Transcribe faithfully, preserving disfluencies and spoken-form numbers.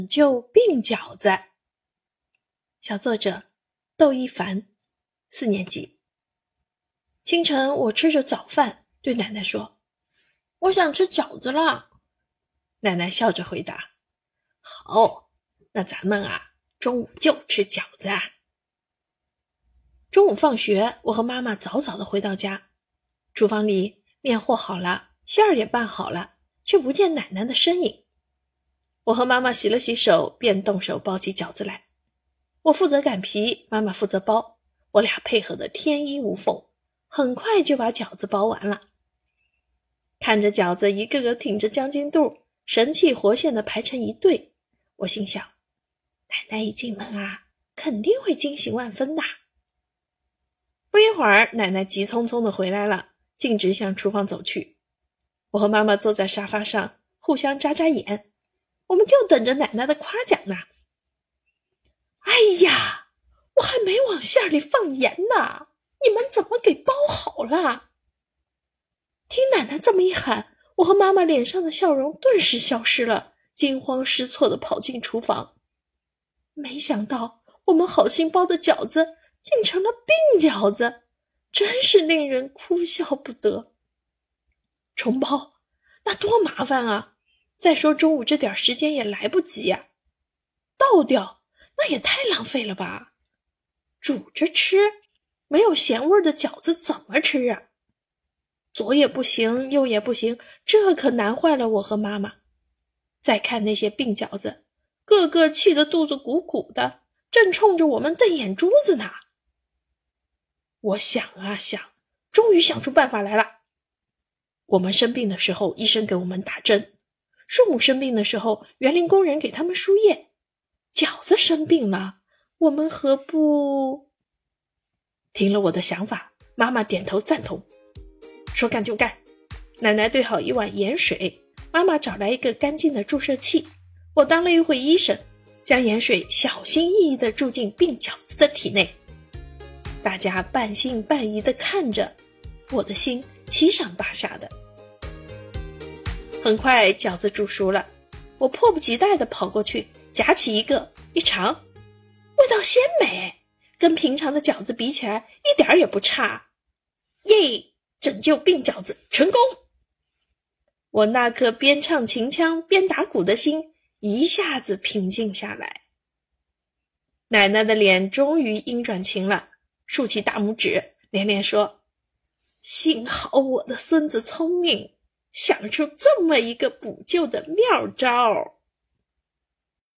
救病饺子。小作者窦一凡，四年级。清晨我吃着早饭，对奶奶说：“我想吃饺子了。”奶奶笑着回答：“好，那咱们啊，中午就吃饺子啊。”中午放学，我和妈妈早早地回到家，厨房里面和好了，馅儿也拌好了，却不见奶奶的身影。我和妈妈洗了洗手，便动手包起饺子来。我负责擀皮，妈妈负责包，我俩配合得天衣无缝，很快就把饺子包完了。看着饺子一个个挺着将军肚，神气活现地排成一队，我心想，奶奶一进门啊，肯定会惊喜万分的。不一会儿，奶奶急匆匆地回来了，径直向厨房走去。我和妈妈坐在沙发上，互相眨眨眼，我们就等着奶奶的夸奖呢。哎呀，我还没往馅里放盐呢，你们怎么给包好了？听奶奶这么一喊，我和妈妈脸上的笑容顿时消失了，惊慌失措地跑进厨房。没想到我们好心包的饺子竟成了病饺子，真是令人哭笑不得。重包，那多麻烦啊！再说中午这点时间也来不及呀、啊。倒掉，那也太浪费了吧！煮着吃，没有咸味的饺子怎么吃啊？左也不行，右也不行，这可难坏了我和妈妈。再看那些病饺子，个个气得肚子鼓鼓的，正冲着我们瞪眼珠子呢。我想啊想，终于想出办法来了。我们生病的时候，医生给我们打针；树木生病的时候，园林工人给他们输液。饺子生病了，我们何不……听了我的想法，妈妈点头赞同，说干就干。奶奶兑好一碗盐水，妈妈找来一个干净的注射器，我当了一回医生，将盐水小心翼翼地注进病饺子的体内。大家半信半疑地看着，我的心七上八下的。很快饺子煮熟了，我迫不及待地跑过去，夹起一个一尝，味道鲜美，跟平常的饺子比起来一点也不差。耶，拯救病饺子成功！我那颗边唱秦腔边打鼓的心一下子平静下来。奶奶的脸终于阴转晴了，竖起大拇指，连连说：“幸好我的孙子聪明，想出这么一个补救的妙招。”